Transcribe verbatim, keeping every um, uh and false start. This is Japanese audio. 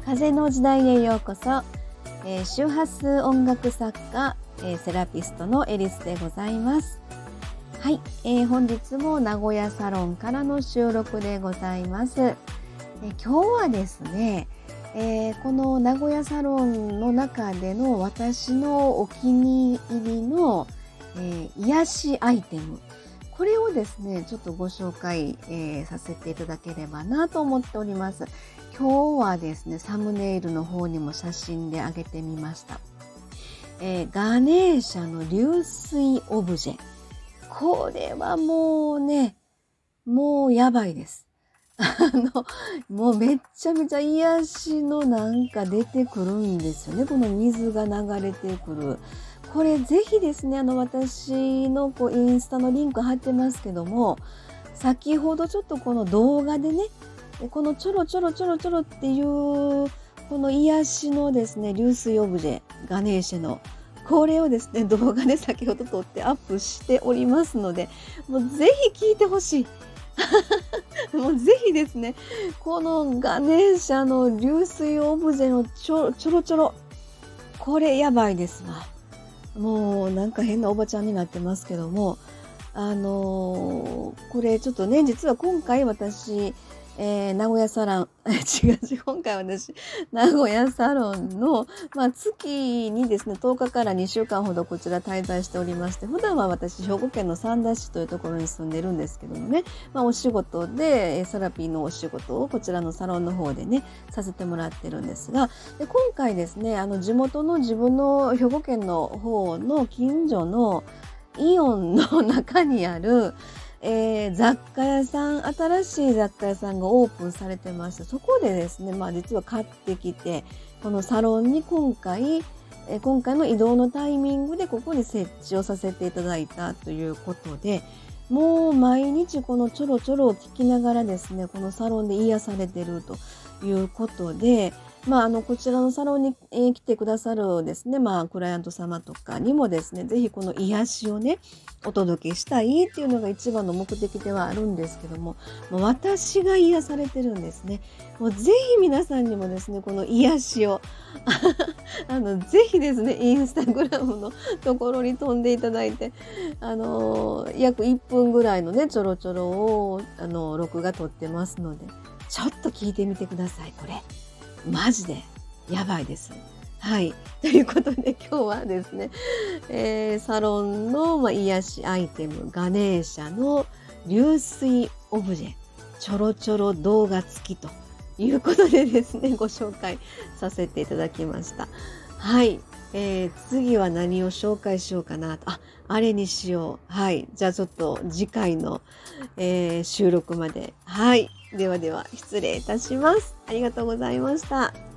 風の時代へようこそ、えー、周波数音楽作家、えー、セラピストのエリスでございます。はい、えー、本日も名古屋サロンからの収録でございます。えー、今日はですね、えー、この名古屋サロンの中での私のお気に入りの、えー、癒しアイテム、これをですねちょっとご紹介、えー、させていただければなと思っております。今日はですねサムネイルの方にも写真で上げてみました、えー、ガネーシャの流水オブジェ。これはもうねもうやばいです。あのもうめっちゃめちゃ癒しのなんか出てくるんですよね。この水が流れてくる。これぜひですね、あの私のこうインスタのリンク貼ってますけども、先ほどちょっとこの動画でね、このちょろちょろちょろちょろっていうこの癒しのですね流水オブジェガネーシャのこれをですね動画で先ほど撮ってアップしておりますので、もうぜひ聞いてほしい。もうぜひですねこのガネーシャの流水オブジェのちょちょろちょろ、これやばいですわ。もうなんか変なおばちゃんになってますけども、あのー、これちょっとね実は今回私、えー、名古屋サロン違う違う今回私名古屋サロンの、まあ、月にですねとおかからにしゅうかんほどこちら滞在しておりまして、普段は私兵庫県の三田市というところに住んでるんですけどもね、まあ、お仕事でセラピーのお仕事をこちらのサロンの方でねさせてもらってるんですが、で今回ですねあの地元の自分の兵庫県の方の近所のイオンの中にある、えー、雑貨屋さん、新しい雑貨屋さんがオープンされてまして、そこでですね、まあ実は買ってきて、このサロンに今回、えー、今回の移動のタイミングでここに設置をさせていただいたということで、もう毎日このちょろちょろを聞きながらですね、このサロンで癒されてるということで、まあ、あのこちらのサロンに、えー、来てくださるですね、まあ、クライアント様とかにもですね、ぜひこの癒しをねお届けしたいっていうのが一番の目的ではあるんですけども、もう私が癒されてるんですね。もうぜひ皆さんにもですねこの癒しをあのぜひですねインスタグラムのところに飛んでいただいて、あのー、約いっぷんぐらいのねちょろちょろをあの録画撮ってますので、ちょっと聞いてみてください。これマジでやばいです。はい。ということで今日はですね、えー、サロンの、まあ、癒しアイテムガネーシャの流水オブジェちょろちょろ動画付きということでですねご紹介させていただきました。はい。えー、次は何を紹介しようかなと。あ、あれにしよう。はい。じゃあちょっと次回の、えー、収録まで。はい。ではでは失礼いたします。ありがとうございました。